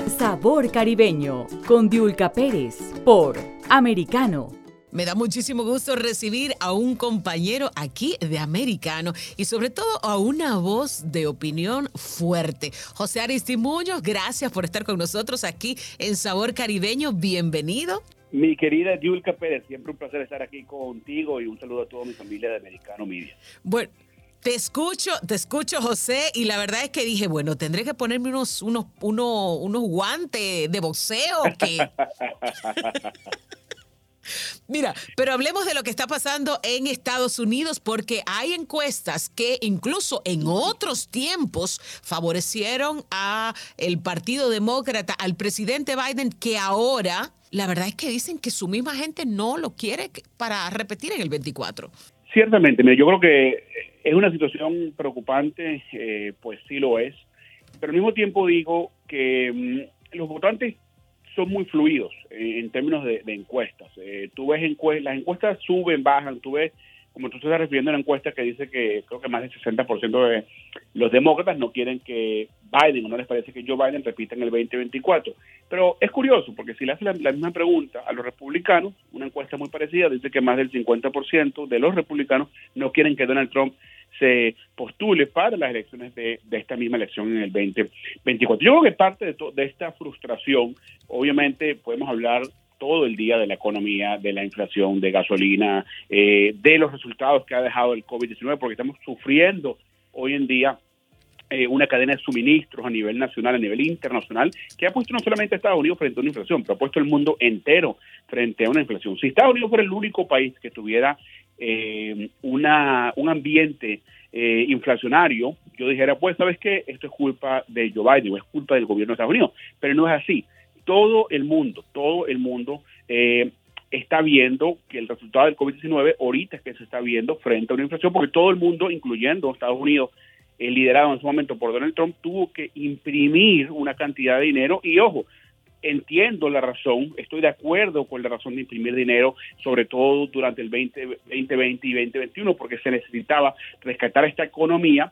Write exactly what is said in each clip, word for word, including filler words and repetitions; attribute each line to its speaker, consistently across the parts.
Speaker 1: Sabor Caribeño con Diulca Pérez por Americano.
Speaker 2: Me da muchísimo gusto recibir a un compañero aquí de Americano y sobre todo a una voz de opinión fuerte. José Aristimuño, gracias por estar con nosotros aquí en Sabor Caribeño. Bienvenido.
Speaker 3: Mi querida Diulca Pérez, siempre un placer estar aquí contigo y un saludo a toda mi familia de Americano Media.
Speaker 2: Bueno, te escucho, te escucho, José, y la verdad es que dije, bueno, tendré que ponerme unos, unos, unos, unos guantes de boxeo que... Mira, pero hablemos de lo que está pasando en Estados Unidos, porque hay encuestas que incluso en otros tiempos favorecieron a el Partido Demócrata, al presidente Biden, que ahora la verdad es que dicen que su misma gente no lo quiere para repetir en el veinticuatro.
Speaker 3: Ciertamente, mira, yo creo que es una situación preocupante, eh, pues sí lo es, pero al mismo tiempo digo que mmm, los votantes son muy fluidos eh, en términos de, de encuestas. Eh, tú ves encuestas, las encuestas suben, bajan, tú ves, como tú estás refiriendo a una encuesta que dice que creo que más del sesenta por ciento de los demócratas no quieren que Biden, o no les parece que Joe Biden repita en el veinte veinticuatro. Pero es curioso, porque si le hace la, la misma pregunta a los republicanos, una encuesta muy parecida dice que más del cincuenta por ciento de los republicanos no quieren que Donald Trump se postule para las elecciones de, de esta misma elección en el veinte veinticuatro. Yo creo que parte de, to, de esta frustración, obviamente podemos hablar todo el día de la economía, de la inflación, de gasolina, eh, de los resultados que ha dejado el COVID diecinueve, porque estamos sufriendo hoy en día eh, una cadena de suministros a nivel nacional, a nivel internacional, que ha puesto no solamente a Estados Unidos frente a una inflación, pero ha puesto el mundo entero frente a una inflación. Si Estados Unidos fuera el único país que tuviera eh, una un ambiente eh, inflacionario, yo dijera, pues, ¿sabes qué? Esto es culpa de Joe Biden o es culpa del gobierno de Estados Unidos, pero no es así. Todo el mundo, todo el mundo eh, está viendo que el resultado del COVID diecinueve ahorita es que se está viendo frente a una inflación, porque todo el mundo, incluyendo Estados Unidos, eh, liderado en su momento por Donald Trump, tuvo que imprimir una cantidad de dinero y, ojo, entiendo la razón, estoy de acuerdo con la razón de imprimir dinero, sobre todo durante el veinte veinte y veinte veintiuno, porque se necesitaba rescatar esta economía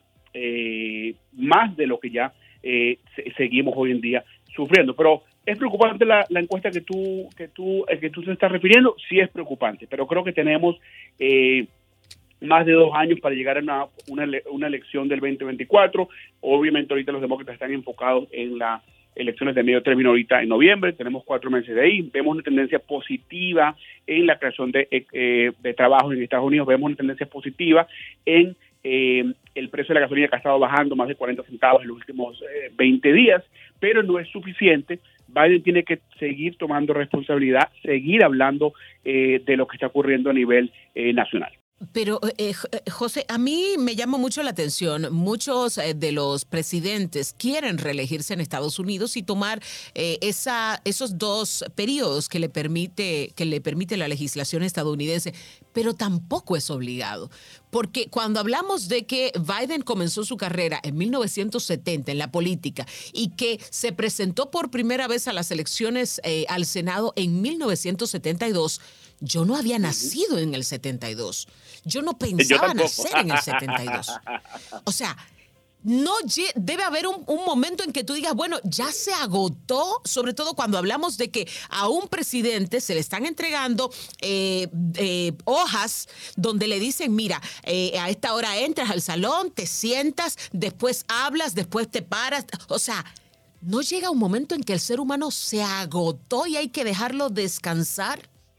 Speaker 3: eh, más de lo que ya eh, se, seguimos hoy en día sufriendo. Pero es preocupante la, la encuesta que tú que tú que tú te estás refiriendo, sí es preocupante, pero creo que tenemos eh, más de dos años para llegar a una, una, una elección del veinte veinticuatro. Obviamente ahorita los demócratas están enfocados en las elecciones de medio término ahorita en noviembre, tenemos cuatro meses de ahí, vemos una tendencia positiva en la creación de, eh, de trabajo en Estados Unidos, vemos una tendencia positiva en eh, el precio de la gasolina que ha estado bajando más de cuarenta centavos en los últimos eh, veinte días, pero no es suficiente. Biden tiene que seguir tomando responsabilidad, seguir hablando eh, de lo que está ocurriendo a nivel eh, nacional.
Speaker 2: Pero, eh, José, a mí me llama mucho la atención. Muchos eh, de los presidentes quieren reelegirse en Estados Unidos y tomar eh, esa, esos dos periodos que le permite, que le permite la legislación estadounidense, pero tampoco es obligado. Porque cuando hablamos de que Biden comenzó su carrera en mil novecientos setenta en la política y que se presentó por primera vez a las elecciones eh, al Senado en mil novecientos setenta y dos, yo no había nacido en el setenta y dos. Yo no pensaba
Speaker 3: Yo
Speaker 2: nacer en el setenta y dos. O sea, no debe haber un, un momento en que tú digas, bueno, ya se agotó, sobre todo cuando hablamos de que a un presidente se le están entregando eh, eh, hojas donde le dicen, mira, eh, a esta hora entras al salón, te sientas, después hablas, después te paras. O sea, ¿no llega un momento en que el ser humano se agotó y hay que dejarlo descansar?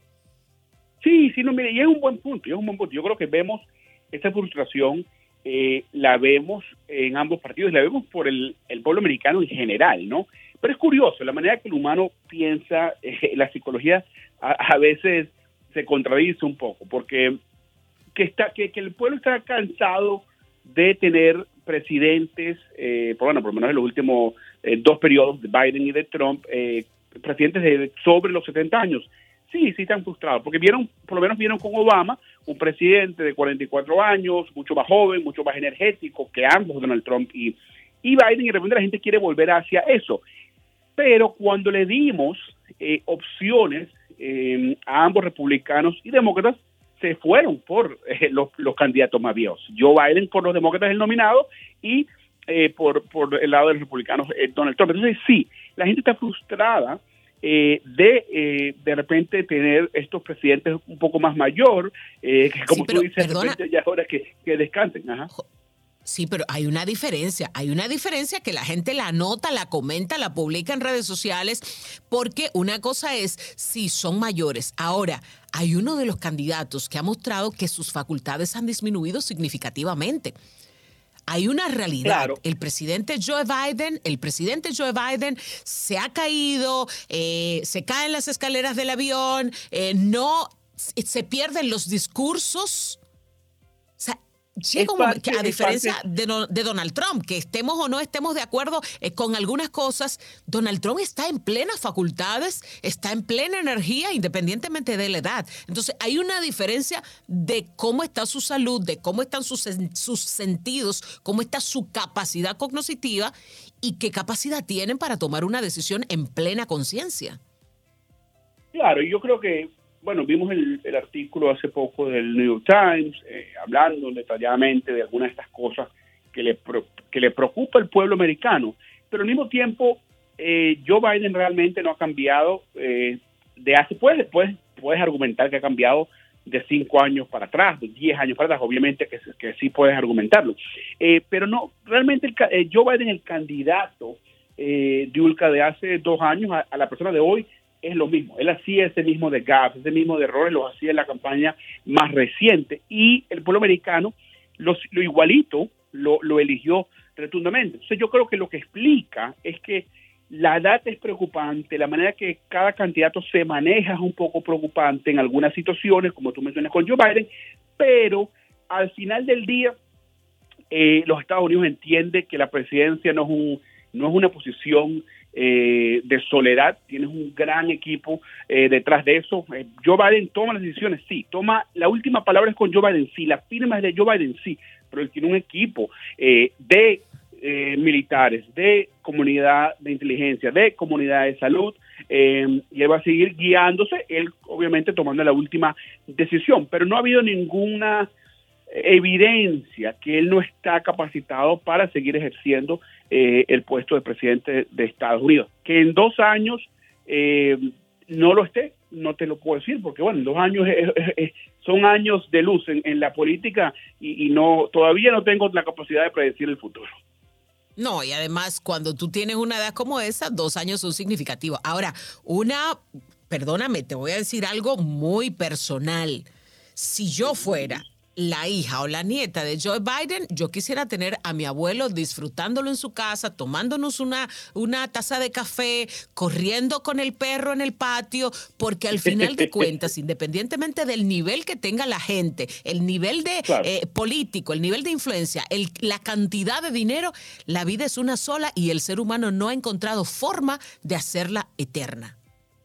Speaker 3: Sí, sí, no, mire, y es un buen punto, y es un buen punto. Yo creo que vemos esta frustración, eh, la vemos en ambos partidos, la vemos por el, el pueblo americano en general, ¿no? Pero es curioso, la manera que el humano piensa, eh, la psicología a, a veces se contradice un poco, porque que, está, que, que el pueblo está cansado de tener presidentes, eh, por, bueno, por lo menos en los últimos eh, dos periodos de Biden y de Trump, eh, presidentes de sobre los setenta años. Sí, sí están frustrados, porque vieron, por lo menos vieron con Obama, un presidente de cuarenta y cuatro años, mucho más joven, mucho más energético que ambos, Donald Trump y, y Biden, y de repente la gente quiere volver hacia eso. Pero cuando le dimos eh, opciones eh, a ambos republicanos y demócratas, se fueron por eh, los, los candidatos más viejos. Joe Biden por los demócratas el nominado y eh, por, por el lado de los republicanos eh, Donald Trump. Entonces sí, la gente está frustrada eh, de eh, de repente tener estos presidentes un poco más mayor, eh, que como sí, pero, tú dices, perdona, de repente ya es hora que, que descansen. Ajá.
Speaker 2: Sí, pero hay una diferencia, hay una diferencia que la gente la anota, la comenta, la publica en redes sociales, porque una cosa es si son mayores. Ahora, hay uno de los candidatos que ha mostrado que sus facultades han disminuido significativamente. Hay una realidad. Claro. El presidente Joe Biden, el presidente Joe Biden se ha caído, eh, se cae en las escaleras del avión, eh, no se pierden los discursos. O sea, llega un momento que, a diferencia de, de Donald Trump, que estemos o no estemos de acuerdo eh, con algunas cosas, Donald Trump está en plenas facultades, está en plena energía, independientemente de la edad. Entonces, hay una diferencia de cómo está su salud, de cómo están sus, sus sentidos, cómo está su capacidad cognitiva y qué capacidad tienen para tomar una decisión en plena conciencia.
Speaker 3: Claro, yo creo que bueno, vimos el, el artículo hace poco del New York Times, eh, hablando detalladamente de algunas de estas cosas que le, pro, que le preocupa al pueblo americano, pero al mismo tiempo eh, Joe Biden realmente no ha cambiado eh, de hace, puedes, puedes, puedes argumentar que ha cambiado de cinco años para atrás, de diez años para atrás, obviamente que, que sí puedes argumentarlo, eh, pero no, realmente el, eh, Joe Biden, el candidato eh, de Ulca de hace dos años a, a la persona de hoy, es lo mismo. Él hacía ese mismo de gaps, ese mismo de errores, los hacía en la campaña más reciente y el pueblo americano los, lo igualito lo, lo eligió rotundamente. Entonces yo creo que lo que explica es que la edad es preocupante, la manera que cada candidato se maneja es un poco preocupante en algunas situaciones, como tú mencionas con Joe Biden, pero al final del día eh, los Estados Unidos entienden que la presidencia no es, un, no es una posición Eh, de soledad, tienes un gran equipo eh, detrás de eso. Eh, Joe Biden toma las decisiones, sí, toma, la última palabra es con Joe Biden, sí, la firma es de Joe Biden, sí, pero él tiene un equipo eh, de eh, militares, de comunidad de inteligencia, de comunidad de salud, eh, y él va a seguir guiándose, él obviamente tomando la última decisión, pero no ha habido ninguna evidencia que él no está capacitado para seguir ejerciendo eh, el puesto de presidente de Estados Unidos. Que en dos años eh, no lo esté, no te lo puedo decir, porque bueno, en dos años es, es, es, son años de luz en, en la política y, y no todavía no tengo la capacidad de predecir el futuro.
Speaker 2: No, y además cuando tú tienes una edad como esa, dos años son significativos. Ahora, una, perdóname, te voy a decir algo muy personal. Si yo fuera la hija o la nieta de Joe Biden, yo quisiera tener a mi abuelo disfrutándolo en su casa, tomándonos una, una taza de café, corriendo con el perro en el patio, porque al final de cuentas, independientemente del nivel que tenga la gente, el nivel de claro. eh, político, el nivel de influencia, el, la cantidad de dinero, la vida es una sola y el ser humano no ha encontrado forma de hacerla eterna.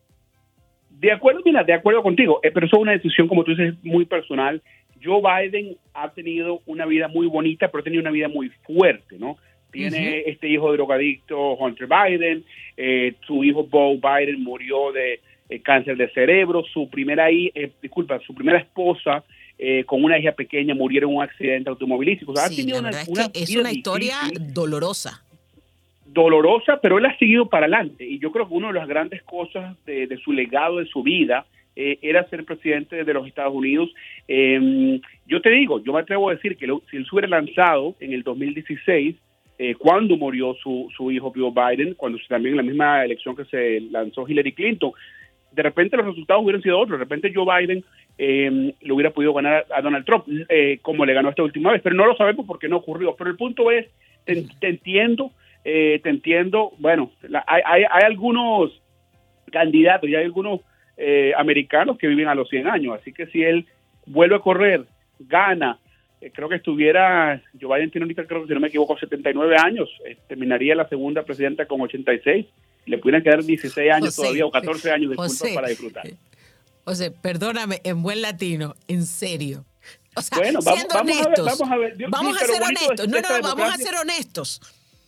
Speaker 3: De acuerdo, mira, de acuerdo contigo, eh, pero eso es una decisión, como tú dices, muy personal. Joe Biden ha tenido una vida muy bonita, pero ha tenido una vida muy fuerte, ¿no? Tiene uh-huh. este hijo drogadicto, Hunter Biden, eh, su hijo Beau Biden murió de eh, cáncer de cerebro, su primera, eh, disculpa, su primera esposa eh, con una hija pequeña murieron en un accidente automovilístico. O sea,
Speaker 2: sí,
Speaker 3: ha tenido
Speaker 2: la
Speaker 3: una,
Speaker 2: verdad
Speaker 3: una
Speaker 2: es que es una historia
Speaker 3: difícil,
Speaker 2: dolorosa.
Speaker 3: Dolorosa, pero él ha seguido para adelante. Y yo creo que una de las grandes cosas de, de su legado, de su vida, Eh, era ser presidente de los Estados Unidos. Eh, yo te digo, yo me atrevo a decir que lo, si él se hubiera lanzado en el dos mil dieciséis, eh, cuando murió su, su hijo Joe Biden, cuando también en la misma elección que se lanzó Hillary Clinton, de repente los resultados hubieran sido otros. De repente Joe Biden eh, le hubiera podido ganar a Donald Trump, eh, como le ganó esta última vez, pero no lo sabemos porque no ocurrió. Pero el punto es, te, te entiendo, eh, te entiendo, bueno, la, hay, hay, hay algunos candidatos y hay algunos Eh, americanos que viven a los cien años, así que si él vuelve a correr, gana, eh, creo que estuviera, Joe Biden tiene ahorita, creo que si no me equivoco, setenta y nueve años, eh, terminaría la segunda presidenta con ochenta y seis, le pudieran quedar dieciséis años José, todavía o catorce años de culpa para disfrutar.
Speaker 2: José, perdóname, en buen latino, en serio. O sea,
Speaker 3: bueno, vamos,
Speaker 2: siendo
Speaker 3: vamos
Speaker 2: honestos,
Speaker 3: a ver, vamos a ver. Dios,
Speaker 2: vamos
Speaker 3: sí,
Speaker 2: a ser honestos,
Speaker 3: de,
Speaker 2: no, no,
Speaker 3: de
Speaker 2: vamos a ser honestos.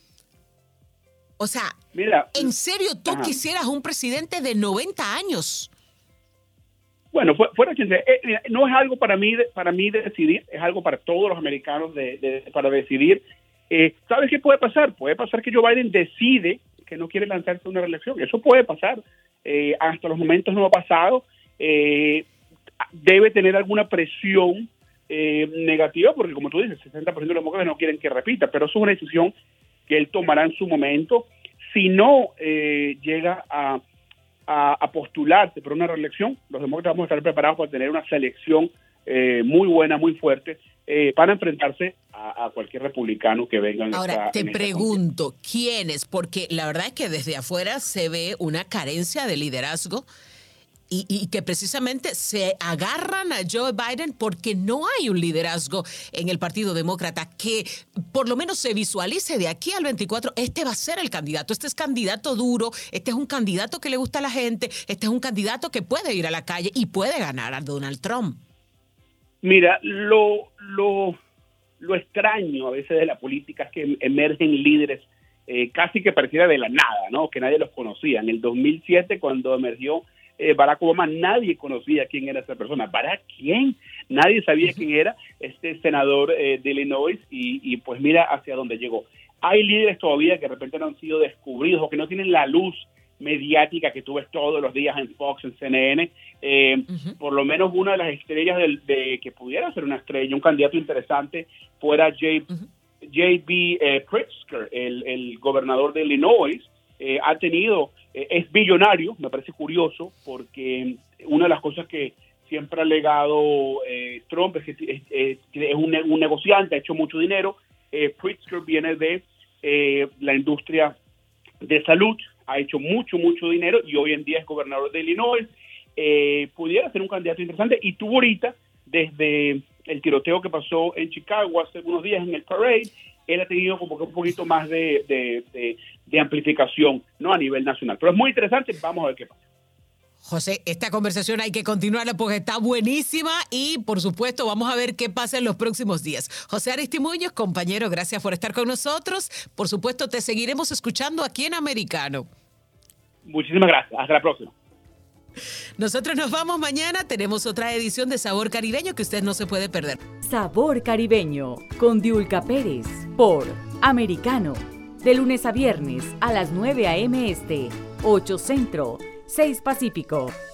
Speaker 2: O sea,
Speaker 3: mira,
Speaker 2: ¿en serio tú
Speaker 3: ajá.
Speaker 2: quisieras un presidente de noventa años?
Speaker 3: Bueno, fuera eh, no es algo para mí para mí de decidir, es algo para todos los americanos de, de, para decidir. Eh, ¿Sabes qué puede pasar? Puede pasar que Joe Biden decide que no quiere lanzarse a una reelección. Eso puede pasar. Eh, hasta los momentos no ha pasado. Eh, debe tener alguna presión eh, negativa, porque como tú dices, el sesenta por ciento de los demócratas no quieren que repita, pero eso es una decisión que él tomará en su momento. Si no eh, llega a, a, a postularse por una reelección, los demócratas vamos a estar preparados para tener una selección eh, muy buena, muy fuerte, eh, para enfrentarse a, a cualquier republicano que venga en
Speaker 2: Ahora,
Speaker 3: esta,
Speaker 2: te
Speaker 3: en esta
Speaker 2: pregunto, contienda. ¿Quiénes? Porque la verdad es que desde afuera se ve una carencia de liderazgo y, y que precisamente se agarran a Joe Biden porque no hay un liderazgo en el Partido Demócrata que por lo menos se visualice de aquí al veinticuatro. Este va a ser el candidato, este es candidato duro, este es un candidato que le gusta a la gente, este es un candidato que puede ir a la calle y puede ganar a Donald Trump.
Speaker 3: Mira, lo, lo, lo extraño a veces de la política es que emergen líderes eh, casi que pareciera de la nada, ¿no? Que nadie los conocía. En el dos mil siete, cuando emergió eh, Barack Obama, nadie conocía quién era esa persona. ¿Barack quién? Nadie sabía quién era este senador eh, de Illinois y, y pues mira hacia dónde llegó. Hay líderes todavía que de repente no han sido descubridos o que no tienen la luz mediática que tú ves todos los días en Fox, en C N N. Eh, uh-huh. Por lo menos una de las estrellas de, de que pudiera ser una estrella, un candidato interesante, fuera J, uh-huh. J B Eh, Pritzker, el, el gobernador de Illinois. Eh, ha tenido, eh, es billonario, me parece curioso, porque una de las cosas que siempre ha alegado eh, Trump es que es, es, es un, un negociante, ha hecho mucho dinero. Eh, Pritzker viene de eh, la industria de salud, ha hecho mucho, mucho dinero y hoy en día es gobernador de Illinois. Eh, pudiera ser un candidato interesante y tuvo ahorita, desde el tiroteo que pasó en Chicago hace unos días en el parade, él ha tenido como que un poquito más de, de, de, de amplificación, ¿no? A nivel nacional. Pero es muy interesante, vamos a ver qué pasa.
Speaker 2: José, esta conversación hay que continuarla porque está buenísima y, por supuesto, vamos a ver qué pasa en los próximos días. José Aristimuñoz, compañero, gracias por estar con nosotros. Por supuesto, te seguiremos escuchando aquí en Americano.
Speaker 3: Muchísimas gracias. Hasta la próxima.
Speaker 2: Nosotros nos vamos mañana. Tenemos otra edición de Sabor Caribeño que usted no se puede perder.
Speaker 1: Sabor Caribeño con Diulca Pérez por Americano. De lunes a viernes a las nueve a eme este, ocho Centro, seis Pacífico.